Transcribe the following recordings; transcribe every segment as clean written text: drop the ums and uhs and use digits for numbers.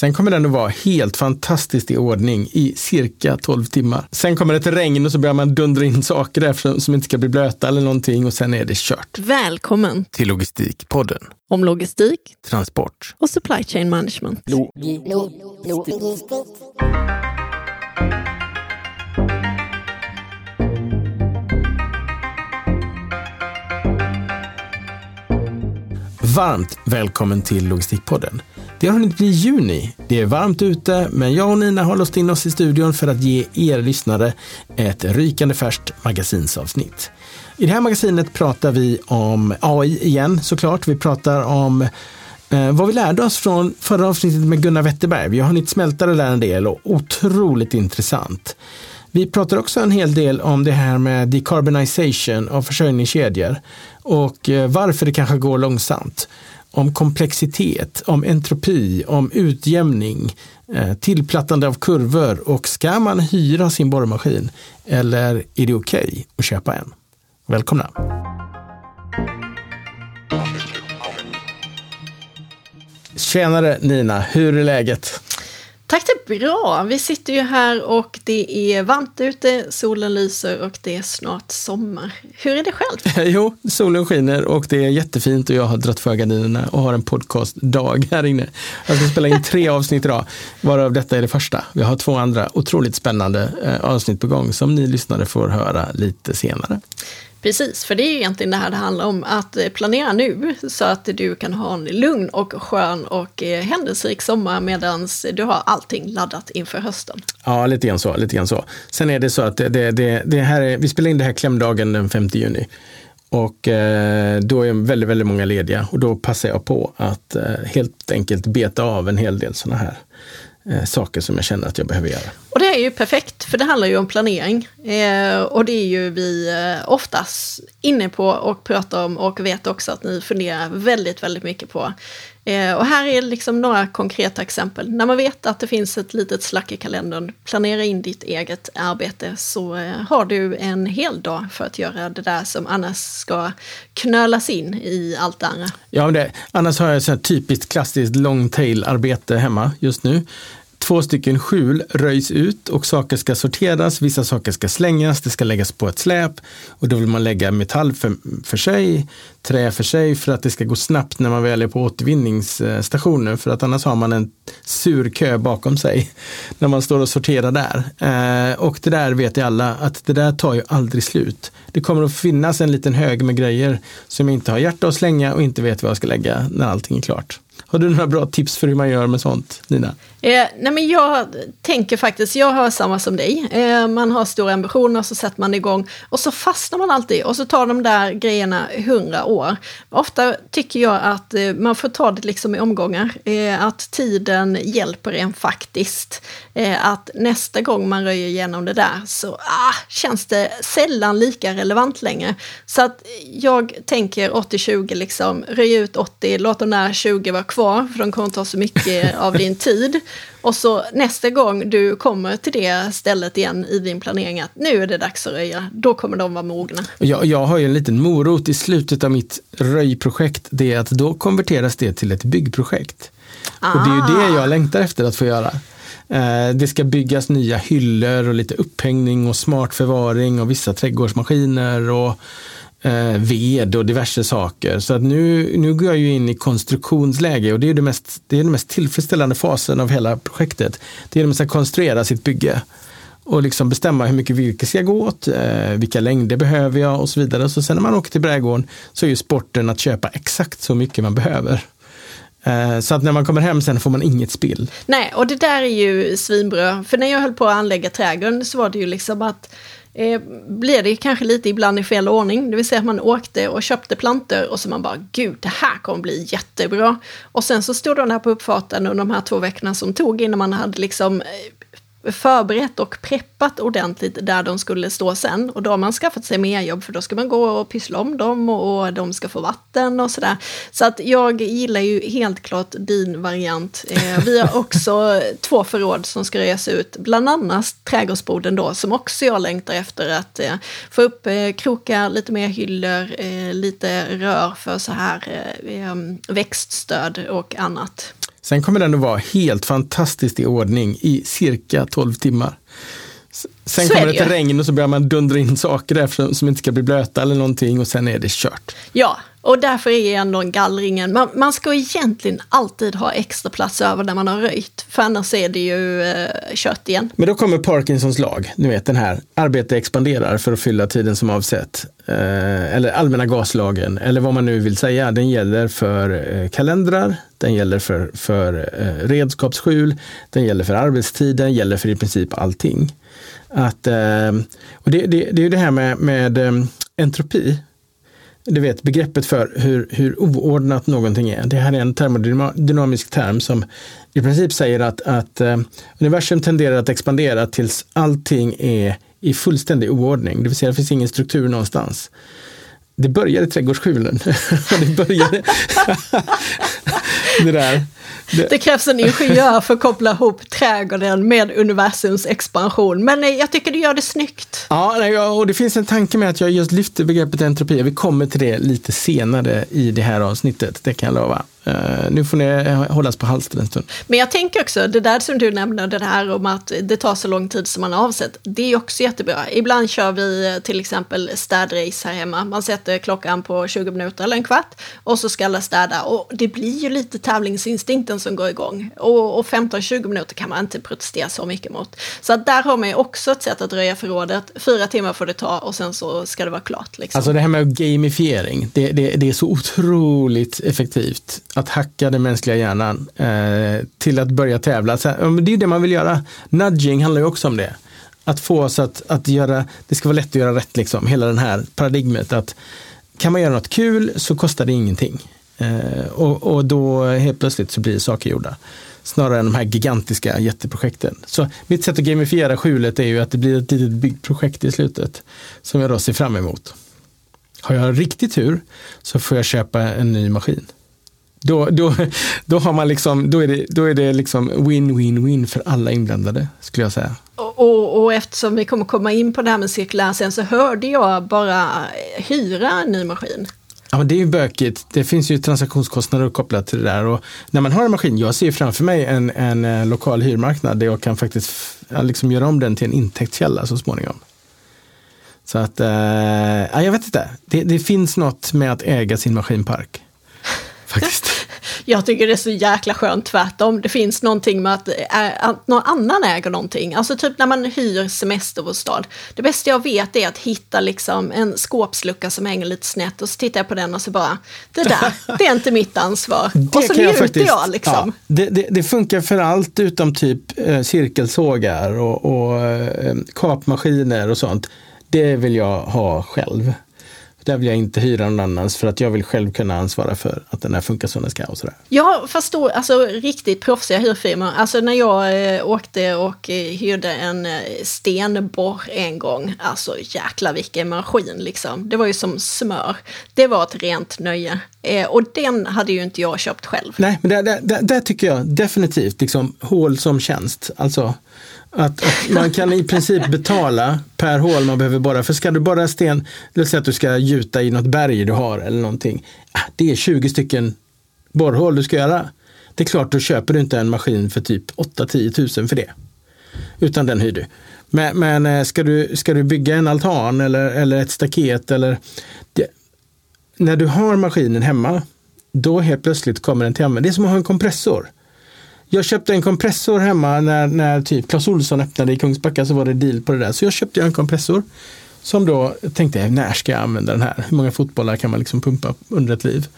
Sen kommer den att vara helt fantastiskt i ordning i cirka 12 timmar. Sen kommer det ett regn och så börjar man dundra in saker där som inte ska bli blöta eller någonting och sen är det kört. Välkommen till Logistikpodden. Om logistik, transport och supply chain management. Varmt välkommen till Logistikpodden. Det har hunnit bli juni. Det är varmt ute, men jag och Nina har låst in oss i studion för att ge er lyssnare ett rykande färskt magasinsavsnitt. I det här magasinet pratar vi om AI igen såklart. Vi pratar om vad vi lärde oss från förra avsnittet med Gunnar Wetterberg. Vi har hunnit smälta det där en del och otroligt intressant. Vi pratar också en hel del om det här med decarbonization av försörjningskedjor och varför det kanske går långsamt. Om komplexitet, om entropi, om utjämning, tillplattande av kurvor och ska man hyra sin borrmaskin eller är det okej att köpa en? Välkomna! Tjenare Nina, hur är läget? Tack, det är bra. Vi sitter ju här och det är varmt ute, solen lyser och det är snart sommar. Hur är det själv? Jo, solen skiner och det är jättefint och jag har dratt för gardinerna och har en podcastdag här inne. Jag ska spela in 3 avsnitt idag, varav detta är det första. Vi har 2 andra otroligt spännande avsnitt på gång som ni lyssnare får höra lite senare. Precis, för det är ju egentligen det här det handlar om, att planera nu så att du kan ha en lugn och skön och händelserik sommar medan du har allting laddat inför hösten. Ja, lite grann så. Sen är det så att det här vi spelar in det här klämdagen den 5 juni och då är väldigt, väldigt många lediga och då passar jag på att helt enkelt beta av en hel del sådana här saker som jag känner att jag behöver göra. Och det är ju perfekt, för det handlar ju om planering. Och det är ju vi oftast inne på och pratar om och vet också att ni funderar väldigt, väldigt mycket på. Och här är liksom några konkreta exempel. När man vet att det finns ett litet slack i kalendern, planera in ditt eget arbete så har du en hel dag för att göra det där som annars ska knölas in i allt det andra. Ja, annars har jag ett så här typiskt klassiskt long tail arbete hemma just nu. 2 stycken skjul röjs ut och saker ska sorteras, vissa saker ska slängas, det ska läggas på ett släp och då vill man lägga metall för sig, trä för sig för att det ska gå snabbt när man väl är på återvinningsstationen för att annars har man en sur kö bakom sig när man står och sorterar där. Och det där vet jag alla att det där tar ju aldrig slut. Det kommer att finnas en liten hög med grejer som jag inte har hjärta att slänga och inte vet vad jag ska lägga när allting är klart. Har du några bra tips för hur man gör med sånt, Nina? Nej, men jag tänker faktiskt, jag har samma som dig. Man har stora ambitioner och så sätter man igång och så fastnar man alltid och så tar de där grejerna 100 år. Ofta tycker jag att man får ta det liksom i omgångar. Att tiden hjälper en faktiskt. Att nästa gång man röjer igenom det där så känns det sällan lika relevant längre. Så att jag tänker 80-20 liksom, röj ut 80, låt de där 20 vara kvar för de kommer ta så mycket av din tid. Och så nästa gång du kommer till det stället igen i din planering att nu är det dags att röja, då kommer de vara mogna. Jag har ju en liten morot i slutet av mitt röjprojekt, det är att då konverteras det till ett byggprojekt. Och det är ju det jag längtar efter att få göra. Det ska byggas nya hyllor och lite upphängning och smart förvaring och vissa trädgårdsmaskiner och ved och diverse saker. Så att nu går jag ju in i konstruktionsläge och det är den mest tillfredsställande fasen av hela projektet. Det är när man ska konstruera sitt bygge och liksom bestämma hur mycket virke ska gå åt, vilka längder behöver jag och så vidare. Så sen när man åker till brädgården så är ju sporten att köpa exakt så mycket man behöver. Så att när man kommer hem sen får man inget spill. Nej, och det där är ju svinbra. För när jag höll på att anlägga trädgården så var det ju liksom att blir det kanske lite ibland i fel ordning. Det vill säga att man åkte och köpte plantor och så man bara, gud, det här kommer bli jättebra. Och sen så stod de här på uppfarten och de här 2 veckorna som tog innan man hade liksom förberett och preppat ordentligt där de skulle stå sen. Och då har man skaffat sig mer jobb för då ska man gå och pyssla om dem och de ska få vatten och sådär. Så att jag gillar ju helt klart din variant. Vi har också 2 förråd som ska röjas ut. Bland annat trädgårdsborden då som också jag längtar efter att få upp krokar, lite mer hyllor, lite rör för så här växtstöd och annat. Sen kommer den att vara helt fantastiskt i ordning i cirka 12 timmar. Sen kommer det till regn och så börjar man dundra in saker där som inte ska bli blöta eller någonting och sen är det kört. Ja, och därför är ändå gallringen, man ska egentligen alltid ha extra plats över där man har röjt, för annars är det ju kört igen. Men då kommer Parkinsons lag, ni vet den här, arbete expanderar för att fylla tiden som avsett, eller allmänna gaslagen, eller vad man nu vill säga, den gäller för kalendrar, den gäller för redskapsskjul, den gäller för arbetstid, den gäller för i princip allting. Och det är ju det här med entropi. Du vet, begreppet för hur oordnat någonting är. Det här är en termodynamisk term som i princip säger att universum tenderar att expandera tills allting är i fullständig oordning. Det vill säga det finns ingen struktur någonstans. Det börjar i trädgårdsskjulen. Det där. Det krävs en ingenjör för att koppla ihop trädgården med universums expansion. Men jag tycker du gör det snyggt. Ja, och det finns en tanke med att jag just lyfter begreppet entropi. Vi kommer till det lite senare i det här avsnittet, det kan jag lova. Nu får ni hållas på halsen en stund. Men jag tänker också, det där som du nämnde, det här om att det tar så lång tid som man har avsett, det är också jättebra. Ibland kör vi till exempel städrace här hemma. Man sätter klockan på 20 minuter eller en kvart och så ska alla städa. Och det blir ju lite tävlingsinstinkten som går igång. Och 15-20 minuter kan man inte protestera så mycket mot. Så att där har man ju också ett sätt att röja förrådet. 4 timmar får det ta och sen så ska det vara klart. Liksom. Alltså det här med gamifiering, det är så otroligt effektivt. Att hacka den mänskliga hjärnan till att börja tävla. Så, det är det man vill göra. Nudging handlar ju också om det. Att få oss att göra, det ska vara lätt att göra rätt liksom. Hela den här paradigmet att kan man göra något kul så kostar det ingenting. Och då helt plötsligt så blir saker gjorda. Snarare än de här gigantiska jätteprojekten. Så mitt sätt att gamifiera skjulet är ju att det blir ett litet byggprojekt i slutet som jag då ser fram emot. Har jag riktigt tur så får jag köpa en ny maskin. Då har man liksom, då är det liksom win-win-win för alla inblandade, skulle jag säga. Och eftersom vi kommer komma in på det här med cirkulär sen så hörde jag bara hyra en ny maskin. Ja, men det är ju bökigt. Det finns ju transaktionskostnader kopplat till det där. Och när man har en maskin, jag ser framför mig en lokal hyrmarknad där jag kan faktiskt liksom göra om den till en intäktskälla så småningom. Så att, jag vet inte. Det finns något med att äga sin maskinpark. Faktiskt. Jag tycker det är så jäkla skönt tvärtom. Det finns någonting med att någon annan äger någonting. Alltså typ när man hyr semesterbostad. Det bästa jag vet är att hitta liksom en skåpslucka som hänger lite snett och så tittar jag på den och så bara, det där, det är inte mitt ansvar. Och så njuter jag liksom. Ja, det funkar för allt utom typ cirkelsågar och kapmaskiner och sånt. Det vill jag ha själv. Där vill jag inte hyra någon annans för att jag vill själv kunna ansvara för att den här funkar som den ska och sådär. Ja, fast då, alltså riktigt proffsiga hyrfirmor. Alltså när jag åkte och hyrde en stenborr en gång, alltså jäkla vilken maskin liksom. Det var ju som smör. Det var ett rent nöje. Och den hade ju inte jag köpt själv. Nej, men där tycker jag definitivt liksom hål som tjänst. Alltså att man kan i princip betala per hål man behöver borra. För ska du borra sten, låt säga att du ska gjuta i något berg du har eller någonting. Det är 20 stycken borrhål du ska göra. Det är klart, då köper du inte en maskin för typ 8-10 000 för det. Utan den hyr du. Men ska du bygga en altan eller ett staket eller när du har maskinen hemma, då helt plötsligt kommer den till användning. Det är som att ha en kompressor. Jag köpte en kompressor hemma när typ Clas Ohlson öppnade i Kungsbacka, så var det deal på det där. Så jag köpte en kompressor som då tänkte, när ska jag använda den här? Hur många fotbollar kan man liksom pumpa under ett liv?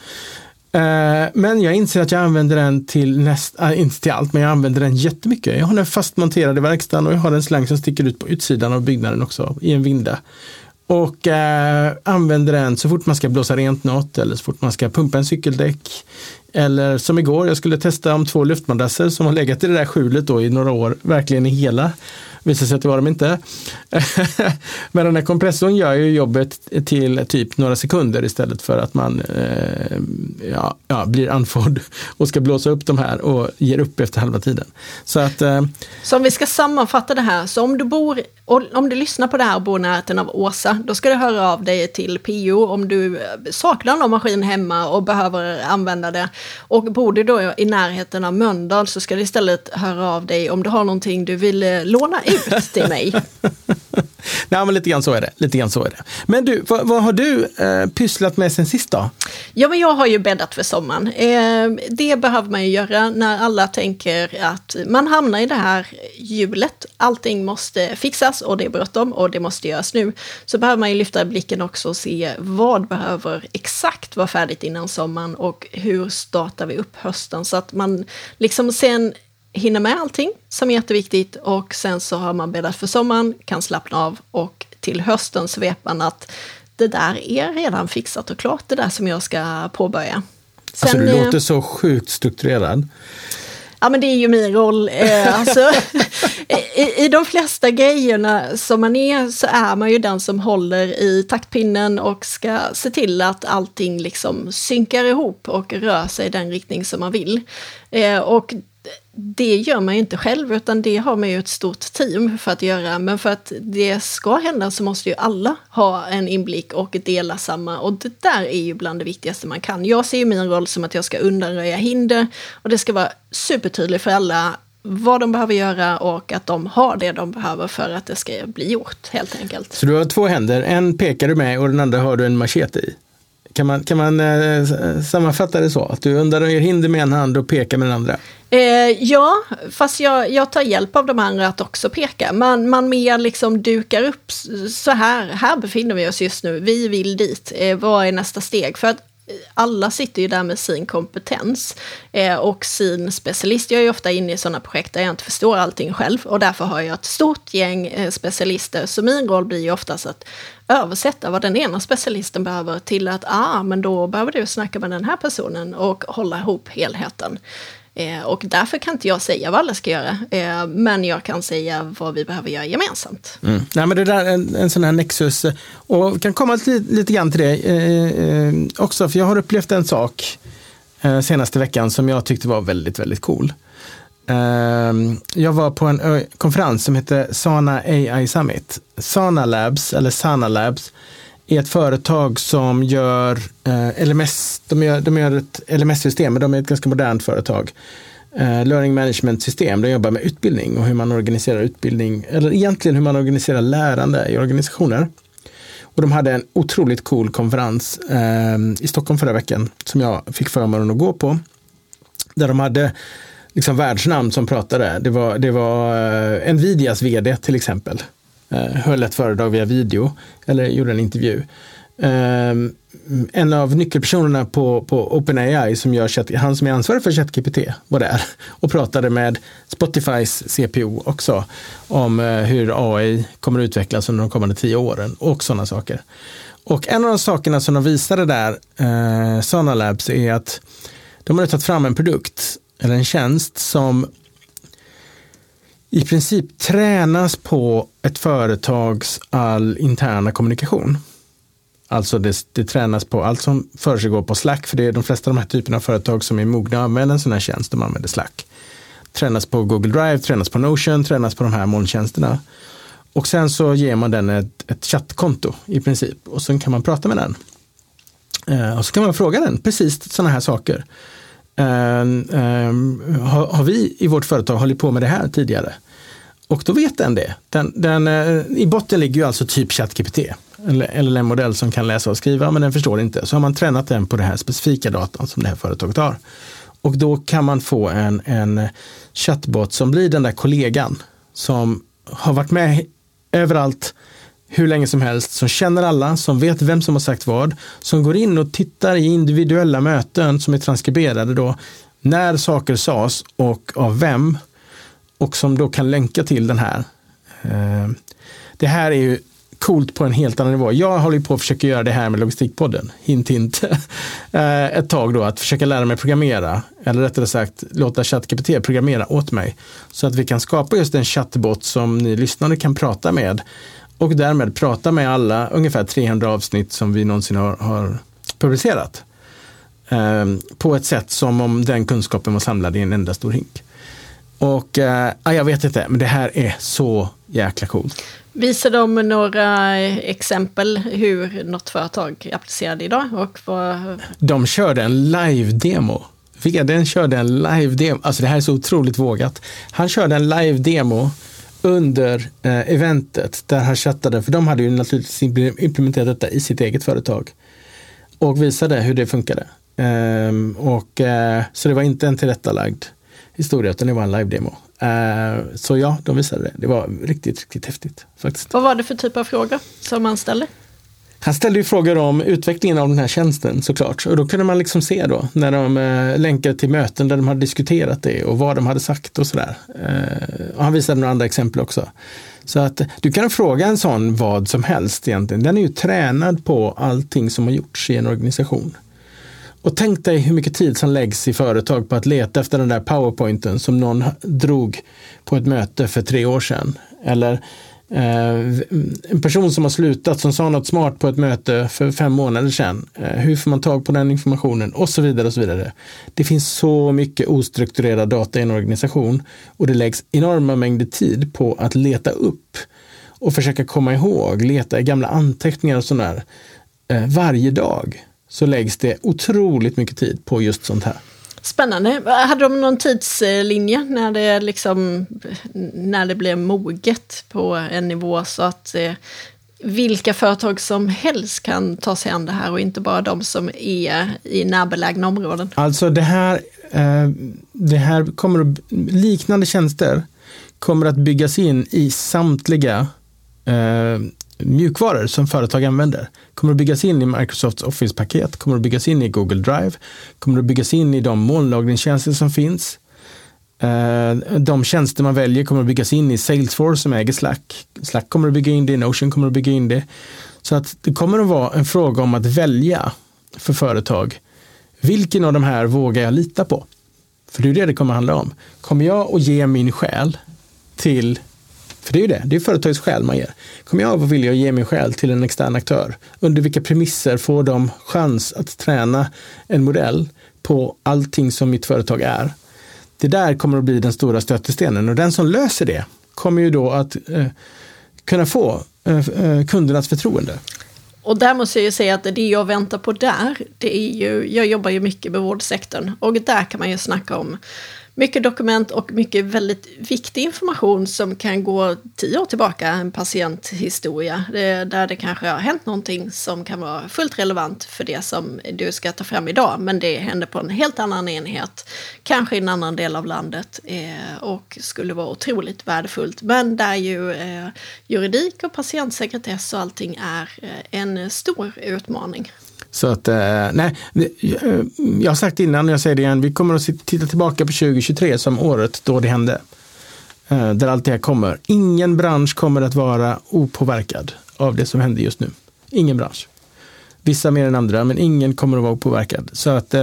Men jag inser att jag använder den till inte till allt, men jag använder den jättemycket. Jag har den fastmonterad i verkstaden och jag har en slang som sticker ut på utsidan av byggnaden också, i en vinda. Och använder den så fort man ska blåsa rent något eller så fort man ska pumpa en cykeldäck. Eller som igår, jag skulle testa om 2 luftmadrasser som har legat i det där skjulet då i några år, verkligen i hela Visar sig att det var de inte. Men den här kompressorn gör ju jobbet till typ några sekunder istället för att man blir andfådd och ska blåsa upp de här och ger upp efter halva tiden. Så om vi ska sammanfatta det här, så om du lyssnar på det här och bor i närheten av Åsa, då ska du höra av dig till PO om du saknar någon maskin hemma och behöver använda det. Och bor du då i närheten av Mölndal, så ska du istället höra av dig om du har någonting du vill låna ut till mig. Nej, men lite grann så är det. Men du, vad har du pysslat med sen sist då? Ja, men jag har ju bäddat för sommaren. Det behöver man ju göra när alla tänker att man hamnar i det här hjulet. Allting måste fixas och det är bråttom och det måste göras nu. Så behöver man ju lyfta blicken också och se vad behöver exakt vara färdigt innan sommaren och hur startar vi upp hösten, så att man liksom sen hinner med allting som är jätteviktigt, och sen så har man bäddat för sommaren, kan slappna av, och till hösten så vet man att det där är redan fixat och klart, det där som jag ska påbörja. Sen, alltså du låter så sjukt strukturerad. Ja, men det är ju min roll. Alltså, i de flesta grejerna som man är, så är man ju den som håller i taktpinnen och ska se till att allting liksom synkar ihop och rör sig i den riktning som man vill. Och det gör man ju inte själv, utan det har man ju ett stort team för att göra. Men för att det ska hända så måste ju alla ha en inblick och dela samma. Och det där är ju bland det viktigaste man kan. Jag ser ju min roll som att jag ska undanröja hinder. Och det ska vara supertydligt för alla vad de behöver göra och att de har det de behöver för att det ska bli gjort, helt enkelt. Så du har två händer. En pekar du med och den andra har du en machete i. Kan man sammanfatta det så? Att du undanröjer hinder med en hand och pekar med den andra? Ja, fast jag tar hjälp av de andra att också peka. Man mer liksom dukar upp så här befinner vi oss just nu. Vi vill dit. Vad är nästa steg? För att alla sitter ju där med sin kompetens och sin specialist. Jag är ju ofta inne i sådana projekt där jag inte förstår allting själv, och därför har jag ett stort gäng specialister. Så min roll blir ju oftast att översätta vad den ena specialisten behöver till att men då behöver du snacka med den här personen och hålla ihop helheten. Och därför kan inte jag säga vad alla ska göra, men jag kan säga vad vi behöver göra gemensamt. Nej, men det där är en sån här nexus, och kan komma lite grann till det också, för jag har upplevt en sak senaste veckan som jag tyckte var väldigt, väldigt cool. Jag var på en konferens som heter Sana AI Summit. Sana Labs är ett företag som gör LMS, de gör ett LMS-system, men de är ett ganska modernt företag. Learning Management-system, de jobbar med utbildning och hur man organiserar utbildning, eller egentligen hur man organiserar lärande i organisationer. Och de hade en otroligt cool konferens i Stockholm förra veckan som jag fick förmånen att gå på, där de hade liksom världsnamn som pratade. Det var Nvidias vd till exempel. Höll ett föredrag via video eller gjorde en intervju. En av nyckelpersonerna på OpenAI han som är ansvarig för ChatGPT var där och pratade med Spotifys CPO också om hur AI kommer att utvecklas under de kommande 10 åren och sådana saker. Och en av de sakerna som de visade där, Sana Labs, är att de har tagit fram en produkt eller en tjänst som i princip tränas på ett företags all interna kommunikation. Alltså det tränas på allt som försiggår på Slack, för det är de flesta av de här typerna av företag som är mogna att använda en sån här tjänst, de använder Slack. Tränas på Google Drive, tränas på Notion, tränas på de här molntjänsterna. Och sen så ger man den ett chattkonto i princip, och sen kan man prata med den. Och så kan man fråga den precis sådana här saker. Har vi i vårt företag hållit på med det här tidigare? Och då vet den det. I botten ligger ju alltså typ ChatGPT, eller en modell som kan läsa och skriva, men den förstår inte. Så har man tränat den på det här specifika datan som det här företaget har. Och då kan man få en chatbot som blir den där kollegan som har varit med överallt hur länge som helst, som känner alla, som vet vem som har sagt vad, som går in och tittar i individuella möten som är transkriberade då, när saker sades och av vem, och som då kan länka till den här. Det här är ju coolt på en helt annan nivå. Jag håller på att försöka göra det här med Logistikpodden, hint hint, ett tag då, att försöka lära mig programmera, eller rättare sagt låta ChatGPT programmera åt mig, så att vi kan skapa just en chatbot som ni lyssnare kan prata med, och därmed prata med alla ungefär 300 avsnitt som vi någonsin har publicerat. På ett sätt som om den kunskapen var samlad i en enda stor hink. Och jag vet inte, men det här är så jäkla coolt. Visar de några exempel hur något företag applicerade idag? Och vad... De körde en live-demo. VDn körde en live-demo. Alltså det här är så otroligt vågat. Han körde en live-demo under eventet där han chattade. För de hade ju naturligtvis implementerat detta i sitt eget företag. Och visade hur det funkade. Så det var inte en tillrättalagd historia, utan det var en live-demo. Så ja, de visade det. Det var riktigt, riktigt häftigt faktiskt. Vad var det för typ av frågor som han ställde? Han ställde ju frågor om utvecklingen av den här tjänsten såklart. Och då kunde man liksom se då när de länkade till möten där de hade diskuterat det och vad de hade sagt och sådär. Och han visade några andra exempel också. Så att du kan fråga en sån vad som helst egentligen. Den är ju tränad på allting som har gjorts i en organisation. Och tänk dig hur mycket tid som läggs i företag på att leta efter den där PowerPointen som någon drog på ett möte för 3 år sedan. Eller en person som har slutat som sa något smart på ett möte för 5 månader sedan. Hur får man tag på den informationen? Och så vidare och så vidare. Det finns så mycket ostrukturerad data i en organisation och det läggs enorma mängder tid på att leta upp och försöka komma ihåg, leta i gamla anteckningar och sådär. Varje dag så läggs det otroligt mycket tid på just sånt här. Spännande. Hade de någon tidslinje när det blev moget på en nivå så att vilka företag som helst kan ta sig an det här och inte bara de som är i närbelägna områden? Alltså det här kommer att, liknande tjänster kommer att byggas in i samtliga mjukvaror som företag använder. Kommer att byggas in i Microsofts Office-paket, kommer att byggas in i Google Drive, kommer att byggas in i de molnlagringstjänster som finns. De tjänster man väljer kommer att byggas in i Salesforce som äger Slack. Slack kommer att bygga in det, Notion kommer att bygga in det. Så att det kommer att vara en fråga om att välja för företag. Vilken av de här vågar jag lita på? För det är det kommer att handla om. Kommer jag att ge min själ till... För det är ju det är företagets själ man ger. Kommer jag att vilja ge min själ till en extern aktör? Under vilka premisser får de chans att träna en modell på allting som mitt företag är? Det där kommer att bli den stora stötestenen. Och den som löser det kommer ju då att kunna få kundernas förtroende. Och där måste jag ju säga att det jag väntar på där, det är ju, jag jobbar ju mycket med vårdsektorn. Och där kan man ju snacka om mycket dokument och mycket väldigt viktig information som kan gå 10 år tillbaka, en patienthistoria. Där det kanske har hänt någonting som kan vara fullt relevant för det som du ska ta fram idag. Men det händer på en helt annan enhet, kanske i en annan del av landet och skulle vara otroligt värdefullt. Men där ju juridik och patientsekretess och allting är en stor utmaning. Så att, nej, jag har sagt innan, jag säger det igen, vi kommer att titta tillbaka på 2023 som året då det hände. Där allt det här kommer. Ingen bransch kommer att vara opåverkad av det som händer just nu. Ingen bransch. Vissa mer än andra, men ingen kommer att vara opåverkad. Så att,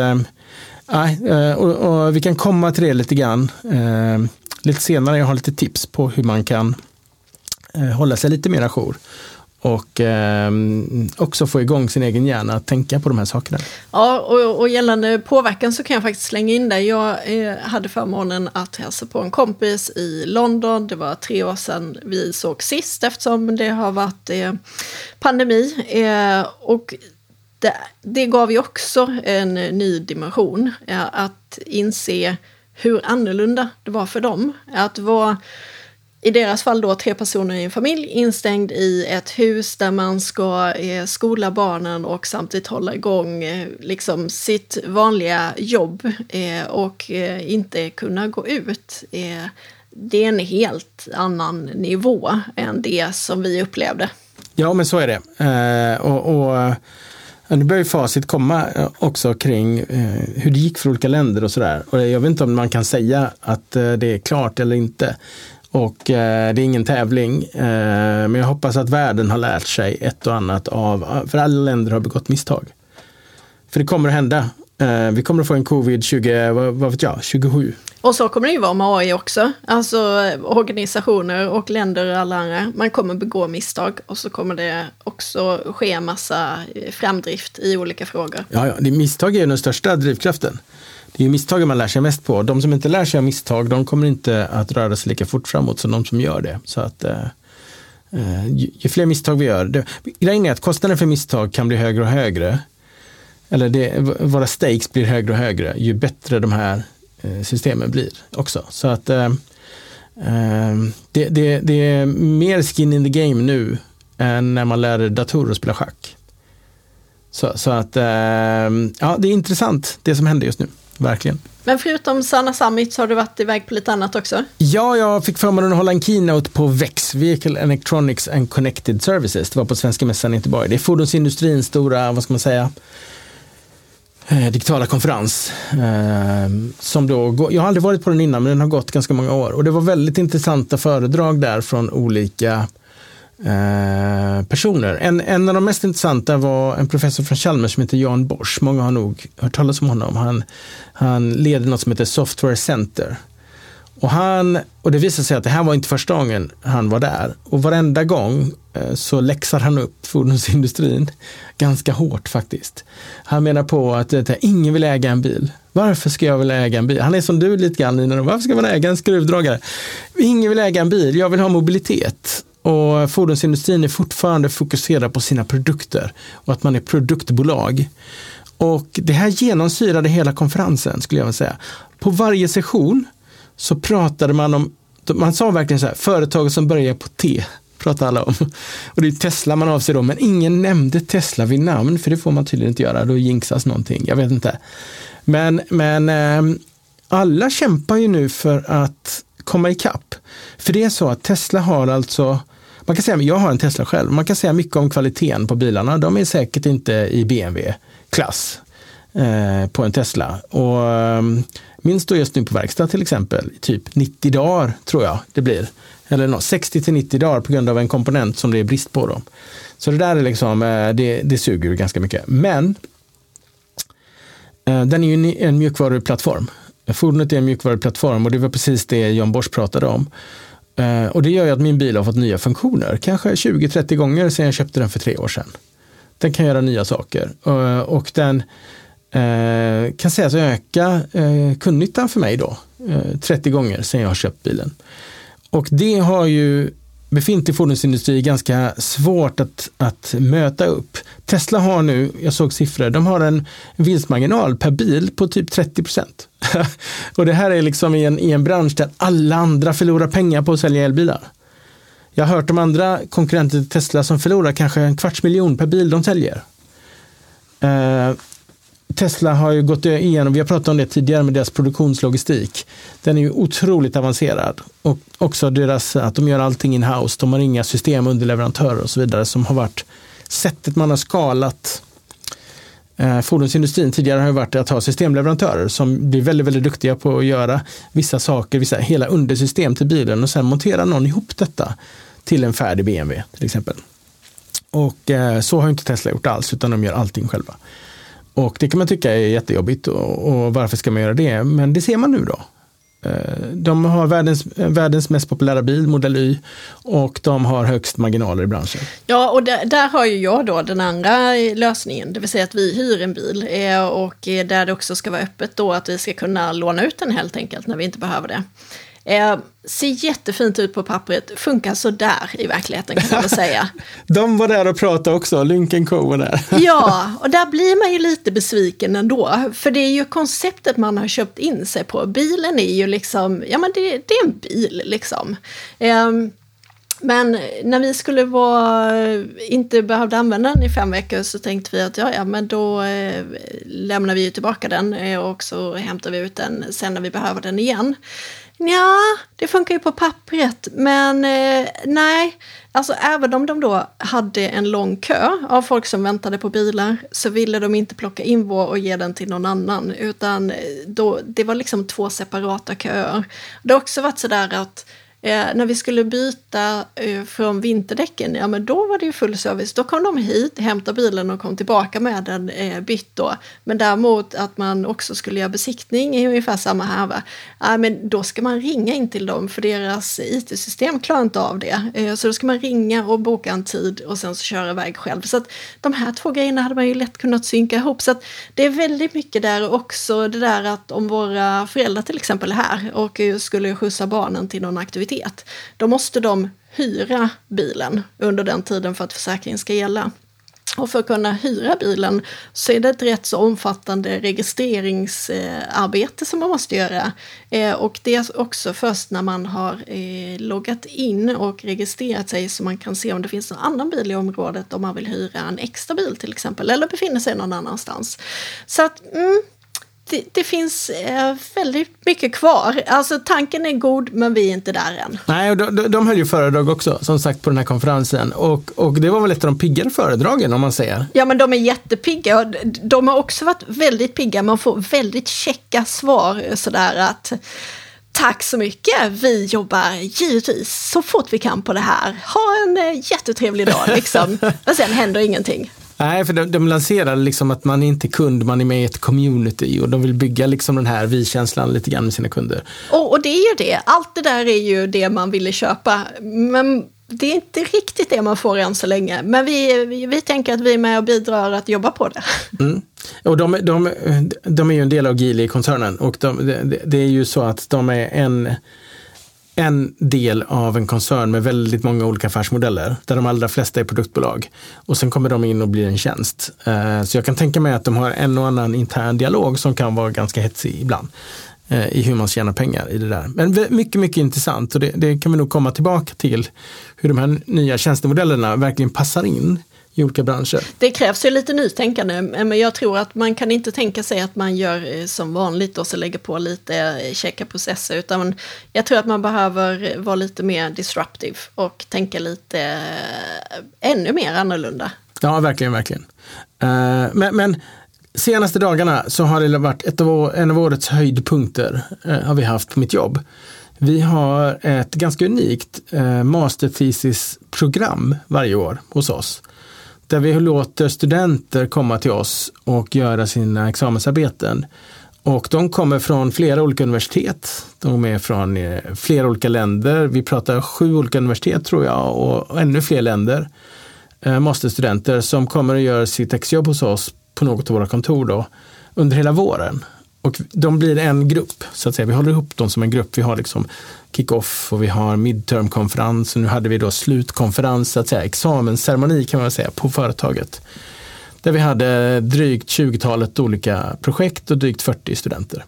och vi kan komma till det lite grann. Lite senare, jag har lite tips på hur man kan hålla sig lite mer ajour. Och också få igång sin egen hjärna att tänka på de här sakerna. Ja, och gällande påverkan så kan jag faktiskt slänga in det. Jag hade förmånen att hälsa på en kompis i London. Det var 3 år sedan vi såg sist eftersom det har varit pandemi. Och det gav ju också en ny dimension. Att inse hur annorlunda det var för dem. Att vara... I deras fall då 3 personer i en familj instängd i ett hus där man ska skola barnen och samtidigt hålla igång liksom sitt vanliga jobb och inte kunna gå ut. Det är en helt annan nivå än det som vi upplevde. Ja, men så är det. Nu börjar ju facit komma också kring hur det gick för olika länder och sådär. Och jag vet inte om man kan säga att det är klart eller inte. Och det är ingen tävling, men jag hoppas att världen har lärt sig ett och annat för alla länder har begått misstag. För det kommer att hända. Vi kommer att få en covid 27. Och så kommer det ju vara med AI också. Alltså organisationer och länder och alla andra. Man kommer begå misstag och så kommer det också ske en massa framdrift i olika frågor. Ja, misstag är den största drivkraften. Det är ju misstagen man lär sig mest på. De som inte lär sig av misstag, de kommer inte att röra sig lika fort framåt som de som gör det. Så att ju fler misstag vi gör. Grejen är att kostnaden för misstag kan bli högre och högre. Eller våra stakes blir högre och högre ju bättre de här systemen blir också. Så att det är mer skin in the game nu än när man lärde datorer att spela schack. Så att ja, det är intressant det som händer just nu, verkligen. Men förutom Sana Summit så har du varit iväg på lite annat också? Ja, jag fick förmånen att hålla en keynote på VEX, Vehicle Electronics and Connected Services. Det var på Svenska mässan i Göteborg. Det är fordonsindustrins stora, vad ska man säga, digitala konferens. Som då, jag har aldrig varit på den innan, men den har gått ganska många år. Och det var väldigt intressanta föredrag där från olika personer. En av de mest intressanta var en professor från Chalmers som heter Jan Bosch. Många har nog hört talas om honom. Han leder något som heter Software Center. Och det visade sig att det här var inte första gången han var där. Och varenda gång så läxar han upp fordonsindustrin ganska hårt faktiskt. Han menar på att ingen vill äga en bil. Varför ska jag vilja äga en bil? Han är som du lite grann, Nina. Varför ska man äga en skruvdragare? Ingen vill äga en bil. Jag vill ha mobilitet. Och fordonsindustrin är fortfarande fokuserad på sina produkter och att man är produktbolag. Och det här genomsyrade hela konferensen, skulle jag vilja säga. På varje session så pratade man sa verkligen så här, företag som börjar på T pratar alla om. Och det är Tesla man avser då, men ingen nämnde Tesla vid namn, för det får man tydligen inte göra, då jinxas någonting, jag vet inte. Men alla kämpar ju nu för att komma ikapp. För det är så att Tesla har alltså, man kan säga, jag har en Tesla själv, man kan säga mycket om kvaliteten på bilarna, de är säkert inte i BMW-klass på en Tesla. Och min står just nu på verkstad till exempel, typ 90 dagar tror jag det blir. Eller 60-90 dagar på grund av en komponent som det är brist på dem. Så det där är liksom, det suger ju ganska mycket. Men den är ju en mjukvaruplattform. Fordonet är en mjukvaruplattform och det var precis det Jan Bosch pratade om. Och det gör ju att min bil har fått nya funktioner. Kanske 20-30 gånger sedan jag köpte den för 3 år sedan. Den kan göra nya saker. Och den kan sägas öka kundnyttan för mig då. 30 gånger sedan jag har köpt bilen. Och det har ju befintlig fordonsindustri ganska svårt att möta upp. Tesla har nu, jag såg siffror, de har en vinstmarginal per bil på typ 30%. Och det här är liksom i en bransch där alla andra förlorar pengar på att sälja elbilar. Jag har hört om andra konkurrenter till Tesla som förlorar kanske 250 000 per bil de säljer. Tesla har ju gått igenom, vi har pratat om det tidigare med deras produktionslogistik. Den är ju otroligt avancerad. Och också att de gör allting in-house. De har inga systemunderleverantörer och så vidare som har varit sättet man har skalat. Fordonsindustrin tidigare har ju varit att ha systemleverantörer som blir väldigt, väldigt duktiga på att göra vissa saker, hela undersystem till bilen och sen montera någon ihop detta till en färdig BMW till exempel. Och så har inte Tesla gjort alls, utan de gör allting själva. Och det kan man tycka är jättejobbigt och varför ska man göra det? Men det ser man nu då. De har världens mest populära bil, Model Y, och de har högst marginaler i branschen. Ja, och där har ju jag då den andra lösningen, det vill säga att vi hyr en bil och där det också ska vara öppet då att vi ska kunna låna ut den helt enkelt när vi inte behöver det. Ser jättefint ut på pappret, funkar så där i verkligheten kan man väl säga. De var där och pratade också, Lynk & Co var där. Ja, och där blir man ju lite besviken ändå, för det är ju konceptet man har köpt in sig på. Bilen är ju liksom, ja men det är en bil liksom. Men när vi skulle inte behövde använda den i 5 veckor så tänkte vi att ja men då lämnar vi ju tillbaka den och så hämtar vi ut den sen när vi behöver den igen. Ja, det funkar ju på pappret, men nej. Alltså även om de då hade en lång kö av folk som väntade på bilar så ville de inte plocka in vår och ge den till någon annan. Utan det var liksom 2 separata köer. Det har också varit sådär att När vi skulle byta från vinterdäcken, ja men då var det ju full service. Då kom de hit, hämtade bilen och kom tillbaka med den bytt då. Men däremot att man också skulle göra besiktning är ungefär samma här, va? Ja, men då ska man ringa in till dem för deras IT-system klarar inte av det. Så då ska man ringa och boka en tid och sen så köra iväg själv. Så att de här två grejerna hade man ju lätt kunnat synka ihop. Så att det är väldigt mycket där också, det där att om våra föräldrar till exempel är här och skulle skjutsa barnen till någon aktivitet, då måste de hyra bilen under den tiden för att försäkringen ska gälla. Och för att kunna hyra bilen så är det ett rätt så omfattande registreringsarbete som man måste göra. Och det är också först när man har loggat in och registrerat sig så man kan se om det finns någon annan bil i området om man vill hyra en extra bil till exempel eller befinner sig någon annanstans. Så att det finns väldigt mycket kvar. Alltså tanken är god men vi är inte där än. Nej, och de höll ju föredrag också som sagt på den här konferensen och det var väl ett av de piggare föredragen om man säger. Ja men de är jättepigga. De har också varit väldigt pigga. Man får väldigt checka svar sådär att tack så mycket. Vi jobbar givetvis så fort vi kan på det här. Ha en jättetrevlig dag liksom. Och sen händer ingenting. Nej, för de lanserar liksom att man är inte kund, man är med i ett community och de vill bygga liksom den här vi-känslan lite grann med sina kunder. Och det är ju det. Allt det där är ju det man ville köpa. Men det är inte riktigt det man får än så länge. Men vi tänker att vi är med och bidrar att jobba på det. Mm. Och de är ju en del av Geely-koncernen och det är ju så att de är en del av en koncern med väldigt många olika affärsmodeller där de allra flesta är produktbolag och sen kommer de in och blir en tjänst. Så jag kan tänka mig att de har en och annan intern dialog som kan vara ganska hetsig ibland i hur man tjänar pengar i det där. Men mycket, mycket intressant och det kan vi nog komma tillbaka till hur de här nya tjänstemodellerna verkligen passar in i olika branscher. Det krävs ju lite nytänkande, men jag tror att man kan inte tänka sig att man gör som vanligt och så lägger på lite checka processer, utan jag tror att man behöver vara lite mer disruptive och tänka lite ännu mer annorlunda. Ja, verkligen, verkligen. Men senaste dagarna så har det varit en av årets höjdpunkter har vi haft på mitt jobb. Vi har ett ganska unikt master thesis-program varje år hos oss. Där vi låter studenter komma till oss och göra sina examensarbeten. Och de kommer från flera olika universitet. De är från flera olika länder. Vi pratar 7 olika universitet tror jag och ännu fler länder. Masterstudenter som kommer och gör sitt exjobb hos oss på något av våra kontor då, under hela våren. Och de blir en grupp, så att säga. Vi håller ihop dem som en grupp. Vi har liksom kick-off och vi har midterm-konferens och nu hade vi då slutkonferens, så att säga, examensceremoni kan man säga, på företaget. Där vi hade drygt 20-talet olika projekt och drygt 40 studenter.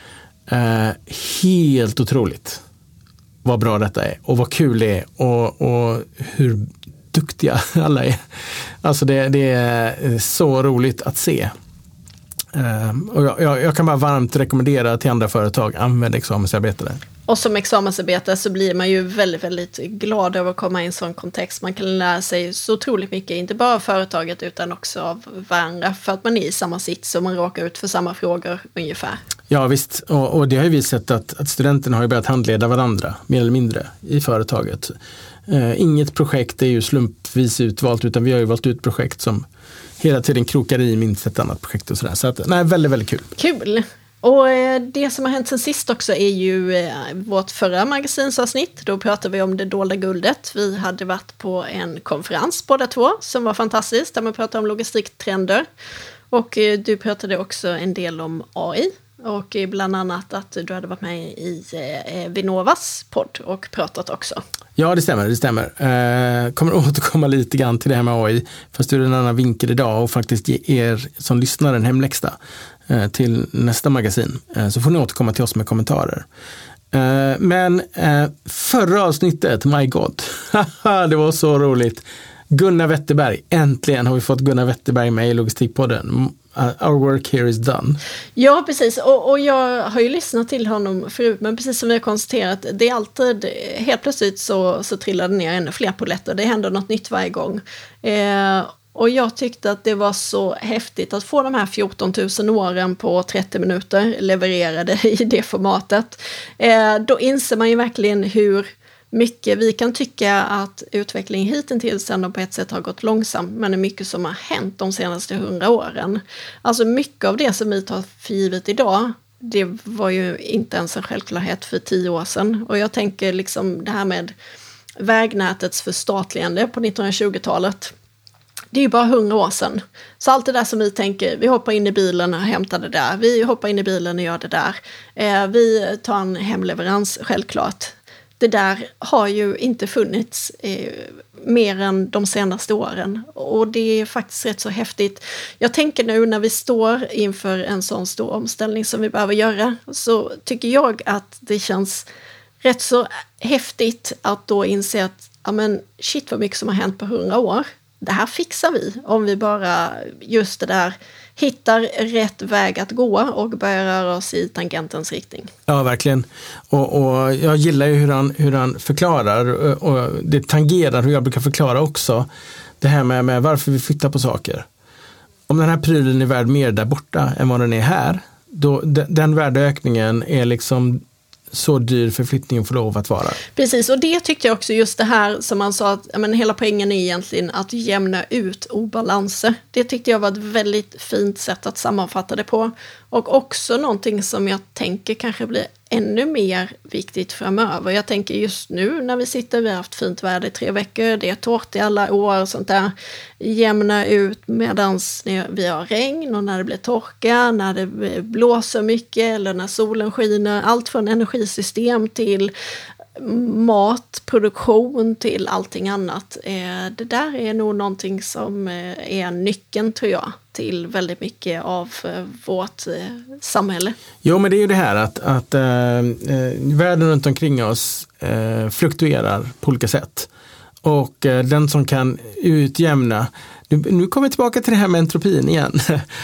Helt otroligt vad bra detta är och vad kul det är och hur duktiga alla är. Alltså det är så roligt att se. Och jag kan bara varmt rekommendera till andra företag, använd examensarbetare. Och som examensarbetare så blir man ju väldigt, väldigt glad över att komma i en sån kontext. Man kan lära sig så otroligt mycket, inte bara av företaget utan också av varandra. För att man är i samma sits och man råkar ut för samma frågor ungefär. Ja visst, och det har ju vi sett att studenterna har ju börjat handleda varandra mer eller mindre i företaget. Inget projekt är ju slumpvis utvalt utan vi har ju valt ut projekt som hela tiden krokar i minst ett annat projekt och sådär. Så att, nej, väldigt, väldigt kul. Kul! Och det som har hänt sen sist också är ju vårt förra magasinsavsnitt. Då pratade vi om det dolda guldet. Vi hade varit på en konferens båda två som var fantastisk. Där man pratade om logistiktrender. Och du pratade också en del om AI. Och bland annat att du hade varit med i Vinnovas podd och pratat också. Ja, det stämmer. Kommer återkomma lite grann till det här med AI. Fast ur en annan vinkel idag och faktiskt ge er som lyssnar en hemläxa till nästa magasin. Så får ni återkomma till oss med kommentarer. Men förra avsnittet, my god. Det var så roligt. Gunnar Wetterberg, äntligen har vi fått Gunnar Wetterberg med i Logistikpodden. Our work here is done. Ja, precis. Och jag har ju lyssnat till honom förut, men precis som vi har konstaterat, det är alltid, helt plötsligt så trillar det ner ännu fler poletter. Det händer något nytt varje gång. Och jag tyckte att det var så häftigt att få de här 14 000 åren på 30 minuter levererade i det formatet. Då inser man ju verkligen hur mycket, vi kan tycka att utvecklingen hittills ändå på ett sätt har gått långsamt, men det är mycket som har hänt de senaste 100 åren. Alltså mycket av det som vi tar för givet idag, det var ju inte ens en självklarhet för 10 år sedan. Och jag tänker liksom det här med vägnätets förstatligande på 1920-talet. Det är ju bara 100 år sedan. Så allt det där som vi tänker, vi hoppar in i bilen och hämtar det där. Vi hoppar in i bilen och gör det där. Vi tar en hemleverans, självklart. Det där har ju inte funnits mer än de senaste åren. Och det är faktiskt rätt så häftigt. Jag tänker nu när vi står inför en sån stor omställning som vi behöver göra, så tycker jag att det känns rätt så häftigt att då inse att amen, shit vad mycket som har hänt på 100 år. Det här fixar vi om vi bara just det där hittar rätt väg att gå och börjar röra oss i tangentens riktning. Ja, verkligen. Och jag gillar ju hur han förklarar, och det tangerar hur jag brukar förklara också, det här med varför vi flyttar på saker. Om den här prylen är värd mer där borta än vad den är här, då den värdeökningen är liksom så dyr förflyttningen får lov att vara. Precis, och det tyckte jag också, just det här som man sa att men, hela poängen är egentligen att jämna ut obalanser. Det tyckte jag var ett väldigt fint sätt att sammanfatta det på. Och också någonting som jag tänker kanske blir ännu mer viktigt framöver. Jag tänker just nu när vi har haft fint väder i 3 veckor, det är torrt i alla år och sånt där. Jämna ut medans vi har regn och när det blir torka, när det blåser mycket eller när solen skiner. Allt från energisystem till matproduktion till allting annat. Det där är nog någonting som är nyckeln, tror jag, till väldigt mycket av vårt samhälle. Jo, men det är ju det här att världen runt omkring oss fluktuerar på olika sätt. Och den som kan utjämna, nu kommer vi tillbaka till det här med entropin igen.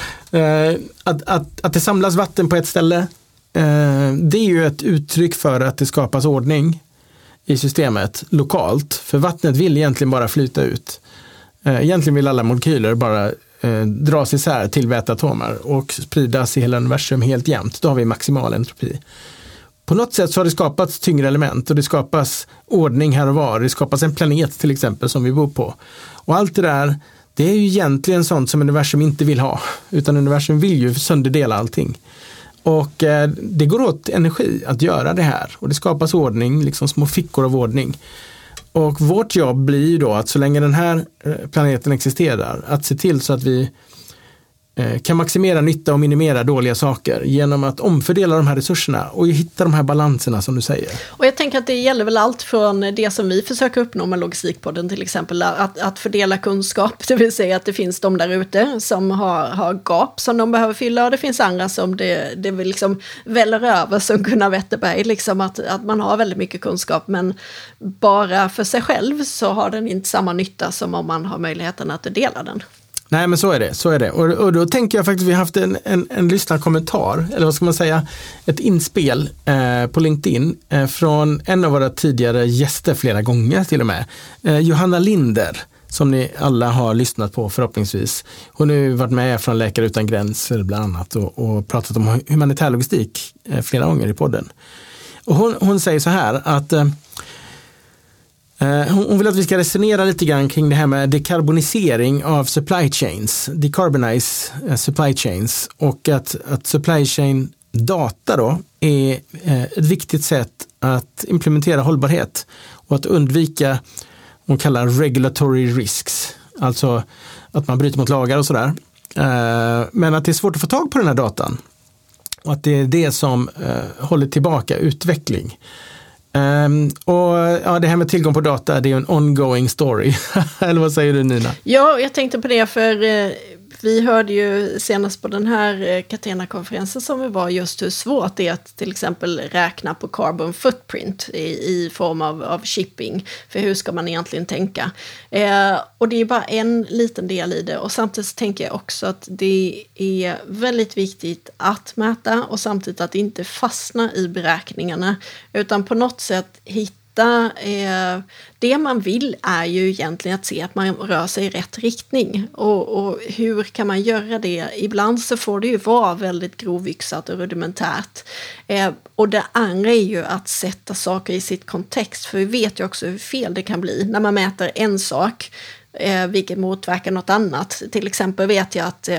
Att det samlas vatten på ett ställe, det är ju ett uttryck för att det skapas ordning i systemet lokalt. För vattnet vill egentligen bara flyta ut. Egentligen vill alla molekyler bara dras isär till väteatomer och spridas i hela universum helt jämnt. Då har vi maximal entropi. På något sätt så har det skapats tyngre element och det skapas ordning här och var. Det skapas en planet till exempel som vi bor på. Och allt det där, det är ju egentligen sånt som universum inte vill ha. Utan universum vill ju sönderdela allting. Och det går åt energi att göra det här. Och det skapas ordning, liksom små fickor av ordning. Och vårt jobb blir ju då att så länge den här planeten existerar, att se till så att vi kan maximera nytta och minimera dåliga saker genom att omfördela de här resurserna och hitta de här balanserna som du säger. Och jag tänker att det gäller väl allt från det som vi försöker uppnå med Logistikpodden till exempel, att fördela kunskap, det vill säga att det finns de där ute som har gap som de behöver fylla och det finns andra som det vill liksom väller över som Gunnar Wetterberg, liksom att man har väldigt mycket kunskap men bara för sig själv så har den inte samma nytta som om man har möjligheten att dela den. Nej, men så är det. Och då tänker jag faktiskt att vi har haft en lyssnarkommentar, eller vad ska man säga, ett inspel på LinkedIn från en av våra tidigare gäster flera gånger till och med. Johanna Linder, som ni alla har lyssnat på förhoppningsvis. Hon har ju varit med från Läkare utan gränser bland annat och pratat om humanitär logistik flera gånger i podden. Och hon säger så här att hon vill att vi ska resonera lite grann kring det här med dekarbonisering av supply chains, decarbonize supply chains, och att supply chain data då är ett viktigt sätt att implementera hållbarhet och att undvika vad man kallar regulatory risks, alltså att man bryter mot lagar och sådär. Men att det är svårt att få tag på den här datan och att det är det som håller tillbaka utveckling. Och ja, det här med tillgång på data, det är en ongoing story. Eller vad säger du, Nina? Ja, jag tänkte på det för vi hörde ju senast på den här Catena-konferensen som vi var just hur svårt det är att till exempel räkna på carbon footprint i form av shipping. För hur ska man egentligen tänka? Och det är bara en liten del i det. Och samtidigt tänker jag också att det är väldigt viktigt att mäta och samtidigt att inte fastna i beräkningarna. Utan på något sätt hitta det man vill är ju egentligen att se att man rör sig i rätt riktning. Och hur kan man göra det? Ibland så får det ju vara väldigt grovyxat och rudimentärt. Och det andra är ju att sätta saker i sitt kontext. För vi vet ju också hur fel det kan bli när man mäter en sak, vilket motverkar något annat. Till exempel vet jag att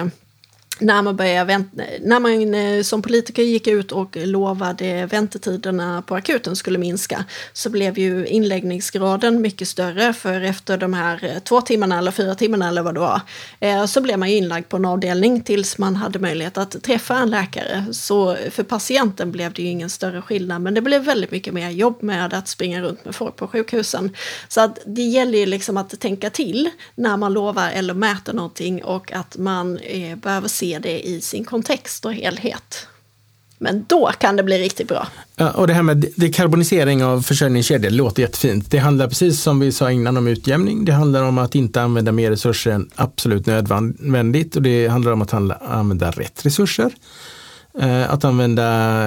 när man som politiker gick ut och lovade väntetiderna på akuten skulle minska, så blev ju inläggningsgraden mycket större, för efter de här 2 timmarna eller 4 timmarna eller vad det var, så blev man ju inlagd på en avdelning tills man hade möjlighet att träffa en läkare. Så för patienten blev det ju ingen större skillnad, men det blev väldigt mycket mer jobb med att springa runt med folk på sjukhusen. Så att det gäller ju liksom att tänka till när man lovar eller mäter någonting, och att man behöver se det i sin kontext och helhet. Men då kan det bli riktigt bra. Ja, och det här med dekarbonisering av försörjningskedjor låter jättefint. Det handlar, precis som vi sa innan, om utjämning. Det handlar om att inte använda mer resurser än absolut nödvändigt, och det handlar om att använda rätt resurser. Att använda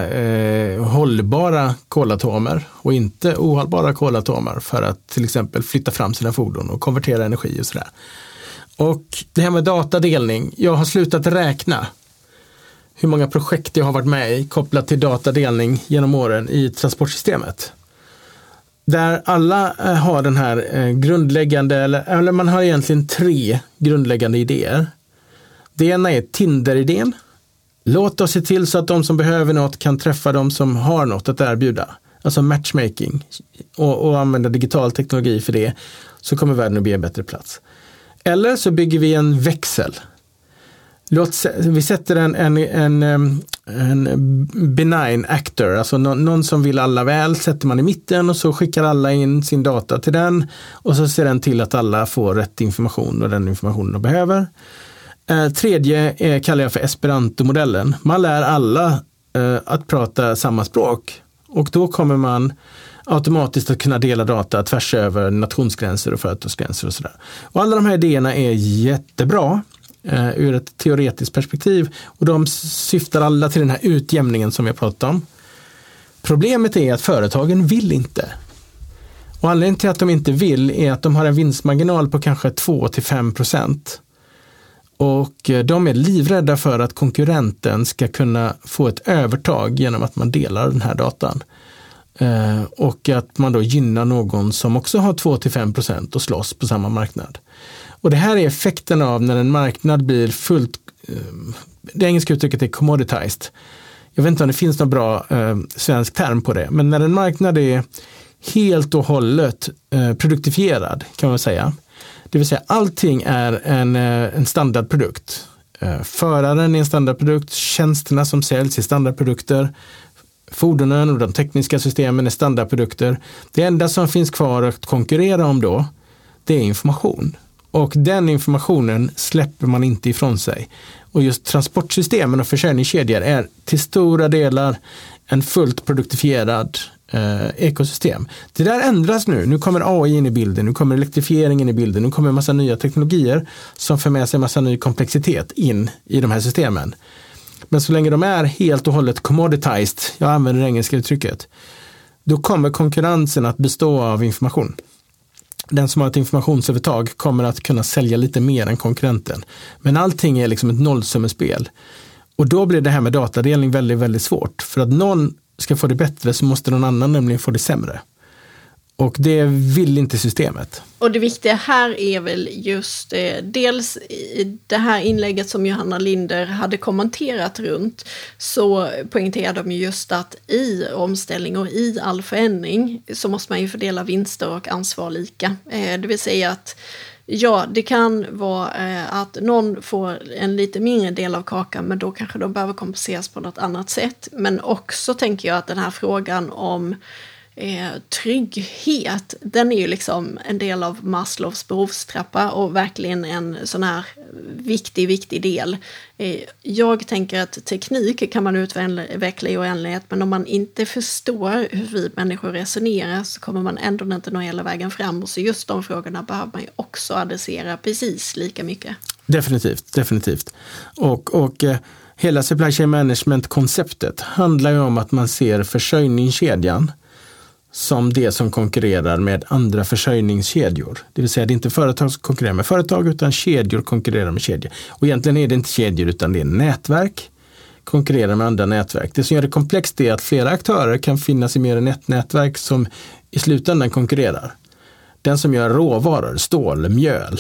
hållbara kolatomer och inte ohållbara kolatomer för att till exempel flytta fram sina fordon och konvertera energi och sådär. Och det här med datadelning, jag har slutat räkna hur många projekt jag har varit med i kopplat till datadelning genom åren i transportsystemet. Där alla har den här grundläggande, eller man har egentligen 3 grundläggande idéer. Det ena är Tinder-idén. Låt oss se till så att de som behöver något kan träffa de som har något att erbjuda. Alltså matchmaking, och använda digital teknologi för det, så kommer världen att bli en bättre plats. Eller så bygger vi en växel. Vi sätter en benign actor, alltså någon som vill alla väl, sätter man i mitten, och så skickar alla in sin data till den, och så ser den till att alla får rätt information och den informationen de behöver. Tredje kallar jag för Esperanto-modellen. Man lär alla att prata samma språk, och då kommer man automatiskt att kunna dela data tvärs över nationsgränser och företagsgränser och sådär. Och alla de här idéerna är jättebra ur ett teoretiskt perspektiv, och de syftar alla till den här utjämningen som jag pratade om. Problemet är att företagen vill inte. Och anledningen till att de inte vill är att de har en vinstmarginal på kanske 2-5%. Och de är livrädda för att konkurrenten ska kunna få ett övertag genom att man delar den här datan. Och att man då gynnar någon som också har 2-5% och slåss på samma marknad. Och det här är effekten av när en marknad blir fullt, det engelska uttrycket är commoditized. Jag vet inte om det finns någon bra svensk term på det, men när en marknad är helt och hållet produktifierad, kan man säga. Det vill säga allting är en standardprodukt. Föraren är en standardprodukt, tjänsterna som säljs är standardprodukter, fordonen och de tekniska systemen är standardprodukter. Det enda som finns kvar att konkurrera om då, det är information. Och den informationen släpper man inte ifrån sig. Och just transportsystemen och försäljningskedjor är till stora delar en fullt produktifierad ekosystem. Det där ändras nu. Nu kommer AI in i bilden, nu kommer elektrifieringen i bilden, nu kommer en massa nya teknologier som för med sig en massa ny komplexitet in i de här systemen. Men så länge de är helt och hållet commoditized, jag använder det engelska uttrycket, då kommer konkurrensen att bestå av information. Den som har ett informationsövertag kommer att kunna sälja lite mer än konkurrenten. Men allting är liksom ett nollsummespel. Och då blir det här med datadelning väldigt, väldigt svårt. För att någon ska få det bättre så måste någon annan nämligen få det sämre. Och det vill inte systemet. Och det viktiga här är väl just dels i det här inlägget som Johanna Linder hade kommenterat runt, så poängterade de just att i omställning och i all förändring så måste man ju fördela vinster och ansvar lika. Det vill säga att ja, det kan vara att någon får en lite mindre del av kakan, men då kanske de behöver kompenseras på något annat sätt. Men också tänker jag att den här frågan om trygghet, den är ju liksom en del av Maslows behovstrappa och verkligen en sån här viktig del. Jag tänker att teknik kan man utveckla i oändlighet, men om man inte förstår hur vi människor resonerar så kommer man ändå inte nå hela vägen fram. Och så just de frågorna behöver man ju också adressera precis lika mycket. Definitivt. Och hela supply chain management-konceptet handlar ju om att man ser försörjningskedjan som det som konkurrerar med andra försörjningskedjor. Det vill säga det är inte företag som konkurrerar med företag utan kedjor konkurrerar med kedjor. Och egentligen är det inte kedjor utan det är nätverk konkurrerar med andra nätverk. Det som gör det komplext är att flera aktörer kan finnas i mer än ett nätverk som i slutändan konkurrerar. Den som gör råvaror, stål, mjöl,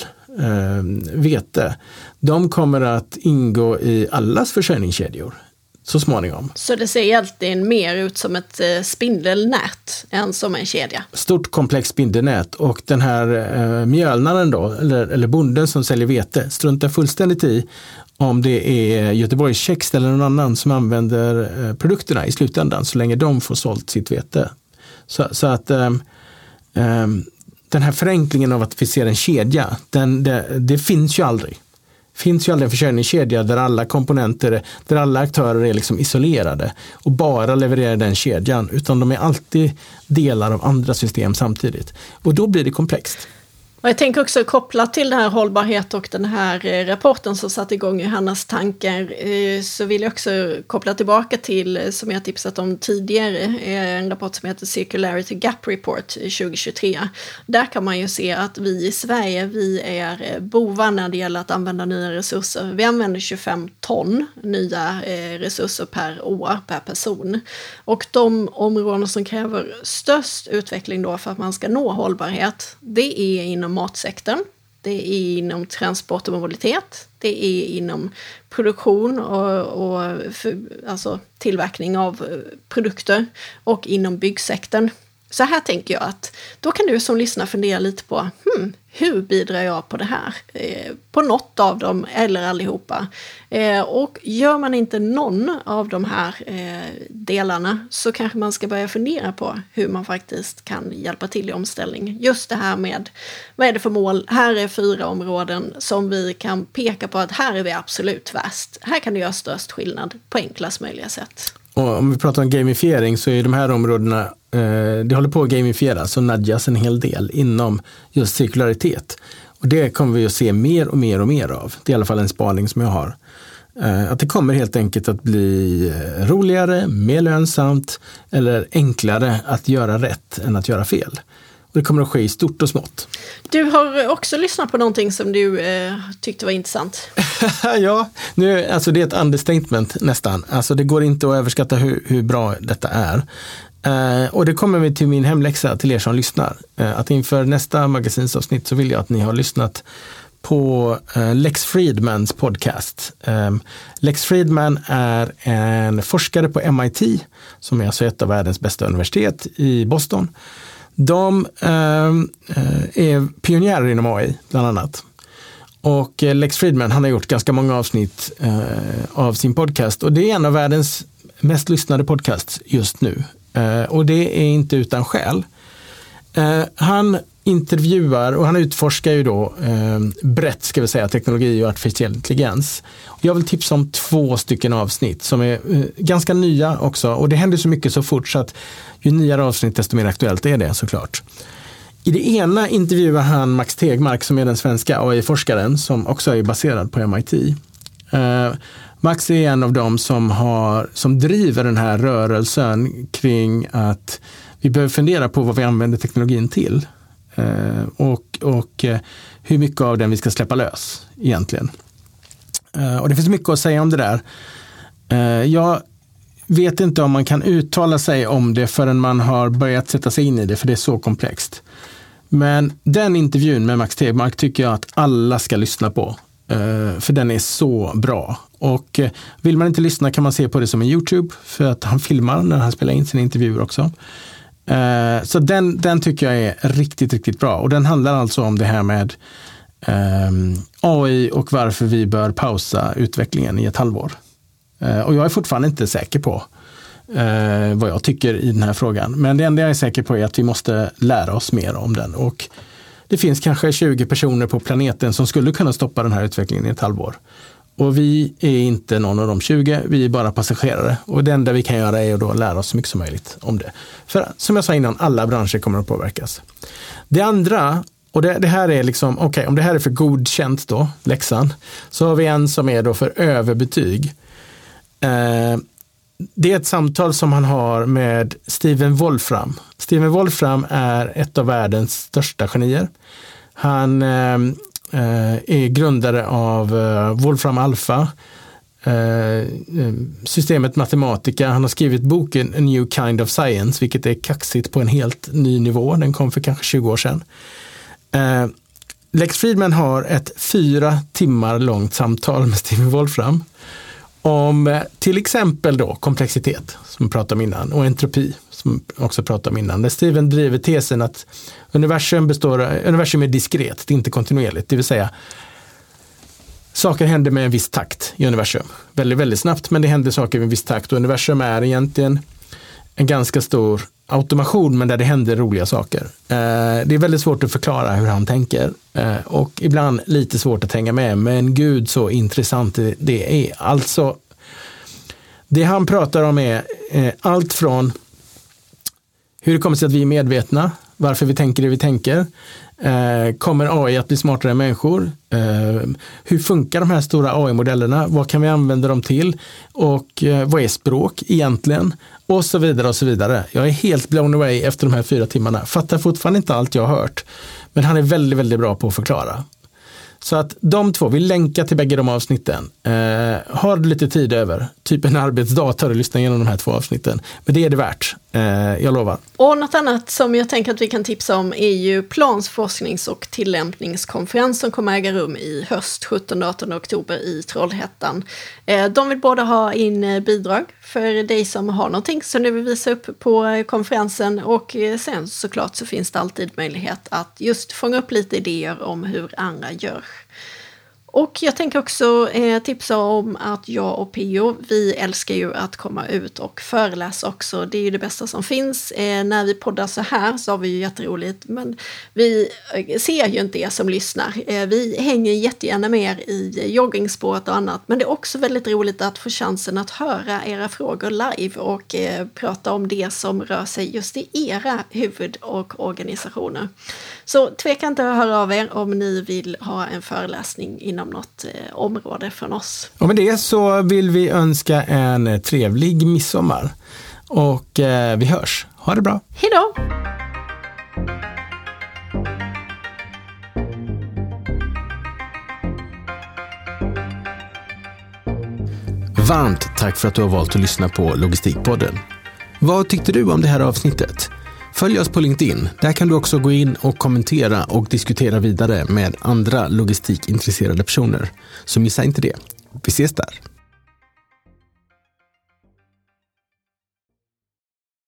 vete, de kommer att ingå i allas försörjningskedjor så småningom. Så det ser egentligen mer ut som ett spindelnät än som en kedja? Stort komplext spindelnät, och den här mjölnaren då, eller bonden som säljer vete, struntar fullständigt i om det är Göteborgs Kex eller någon annan som använder produkterna i slutändan så länge de får sålt sitt vete. Så att den här förenklingen av att vi ser en kedja, det finns ju aldrig. Finns ju aldrig en försörjningskedja där alla komponenter, där alla aktörer är liksom isolerade och bara levererar den kedjan, utan de är alltid delar av andra system samtidigt. Och då blir det komplext. Och jag tänker också kopplat till det här hållbarhet och den här rapporten som satt igång Johannas tankar, så vill jag också koppla tillbaka till, som jag tipsat om tidigare, en rapport som heter Circularity Gap Report 2023. Där kan man ju se att vi i Sverige, vi är bovar när det gäller att använda nya resurser. Vi använder 25 ton nya resurser per år, per person. Och de områden som kräver störst utveckling då för att man ska nå hållbarhet, det är inom matsektorn, det är inom transport och mobilitet, det är inom produktion och alltså tillverkning av produkter och inom byggsektorn. Så här tänker jag att då kan du som lyssnar fundera lite på hur bidrar jag på det här? På något av dem eller allihopa. Och gör man inte någon av de här delarna så kanske man ska börja fundera på hur man faktiskt kan hjälpa till i omställning. Just det här med, vad är det för mål? Här är 4 områden som vi kan peka på att här är vi absolut värst. Här kan du göra störst skillnad på enklast möjliga sätt. Och om vi pratar om gamifiering så är de här områdena, det håller på att gamifieras och nudgas en hel del inom just cirkularitet. Och det kommer vi att se mer och mer och mer av. Det är i alla fall en spaning som jag har. Att det kommer helt enkelt att bli roligare, mer lönsamt eller enklare att göra rätt än att göra fel. Och det kommer att ske i stort och smått. Du har också lyssnat på någonting som du tyckte var intressant. Ja, alltså det är ett understatement nästan. Alltså det går inte att överskatta hur bra detta är. Och det kommer vi till min hemläxa till er som lyssnar. Att inför nästa magasinsavsnitt så vill jag att ni har lyssnat på Lex Fridmans podcast. Lex Fridman är en forskare på MIT som är alltså ett av världens bästa universitet i Boston. De är pionjärer inom AI bland annat. Och Lex Fridman, han har gjort ganska många avsnitt av sin podcast. Och det är en av världens mest lyssnade podcasts just nu. Och det är inte utan skäl. Han intervjuar och han utforskar ju då brett ska vi säga teknologi och artificiell intelligens. Jag vill tipsa om 2 stycken avsnitt som är ganska nya också. Och det händer så mycket så fort så att ju nyare avsnitt desto mer aktuellt är det såklart. I det ena intervjuar han Max Tegmark som är den svenska AI-forskaren som också är baserad på MIT. Max är en av dem som driver den här rörelsen kring att vi behöver fundera på vad vi använder teknologin till. Och hur mycket av den vi ska släppa lös egentligen. Och det finns mycket att säga om det där. Jag vet inte om man kan uttala sig om det förrän man har börjat sätta sig in i det, för det är så komplext. Men den intervjun med Max Tegmark tycker jag att alla ska lyssna på. För den är så bra. Och vill man inte lyssna kan man se på det som en YouTube, för att han filmar när han spelar in sina intervjuer också. Så den tycker jag är riktigt, riktigt bra. Och den handlar alltså om det här med AI och varför vi bör pausa utvecklingen i ett halvår. Och jag är fortfarande inte säker på vad jag tycker i den här frågan. Men det enda jag är säker på är att vi måste lära oss mer om den. Och det finns kanske 20 personer på planeten som skulle kunna stoppa den här utvecklingen i ett halvår. Och vi är inte någon av de 20, vi är bara passagerare. Och det enda vi kan göra är att då lära oss så mycket som möjligt om det. För som jag sa innan, alla branscher kommer att påverkas. Det andra, och det här är liksom, okej, om det här är för godkänt då, läxan, så har vi en som är då för överbetyg. Det är ett samtal som han har med Steven Wolfram. Steven Wolfram är ett av världens största genier. Han är grundare av Wolfram Alpha, systemet Mathematica. Han har skrivit boken A New Kind of Science, vilket är kaxigt på en helt ny nivå. Den kom för kanske 20 år sedan. Lex Fridman har ett 4 timmar långt samtal med Steven Wolfram om till exempel då komplexitet, som vi pratade om innan, och entropi, som också pratade om innan. Där Steven driver tesen att universum är diskret, det är inte kontinuerligt. Det vill säga, saker händer med en viss takt i universum. Väldigt, väldigt snabbt, men det händer saker med en viss takt. Och universum är egentligen en ganska stor automation, men där det händer roliga saker. Det är väldigt svårt att förklara hur han tänker. Och ibland lite svårt att hänga med. Men gud så intressant det är. Alltså, det han pratar om är allt från hur det kommer sig att vi är medvetna, varför vi tänker det vi tänker. Kommer AI att bli smartare än människor? Hur funkar de här stora AI-modellerna? Vad kan vi använda dem till? Och vad är språk egentligen? Och så vidare och så vidare. Jag är helt blown away efter de här 4 timmarna. Fattar fortfarande inte allt jag har hört. Men han är väldigt, väldigt bra på att förklara. Så att de två, vi länkar till bägge de avsnitten. Har du lite tid över, typ en arbetsdag, tar du lyssna igenom de här 2 avsnitten. Men det är det värt, jag lovar. Och något annat som jag tänker att vi kan tipsa om är ju Plans forsknings- och tillämpningskonferens som kommer äga rum i höst, 17-18 oktober i Trollhättan. De vill båda ha in bidrag för dig som har någonting som du vill visa upp på konferensen, och sen såklart så finns det alltid möjlighet att just fånga upp lite idéer om hur andra gör. Och jag tänker också tipsa om att jag och Pio, vi älskar ju att komma ut och föreläsa också. Det är ju det bästa som finns. När vi poddar så här så har vi ju jätteroligt, men vi ser ju inte er som lyssnar. Vi hänger jättegärna med i joggingspåret och annat, men det är också väldigt roligt att få chansen att höra era frågor live och prata om det som rör sig just i era huvud- och organisationer. Så tveka inte att höra av er om ni vill ha en föreläsning inom något område från oss. Och med det så vill vi önska en trevlig midsommar. Och vi hörs. Ha det bra. Hej då! Varmt tack för att du har valt att lyssna på Logistikpodden. Vad tyckte du om det här avsnittet? Följ oss på LinkedIn. Där kan du också gå in och kommentera och diskutera vidare med andra logistikintresserade personer. Så missa inte det. Vi ses där.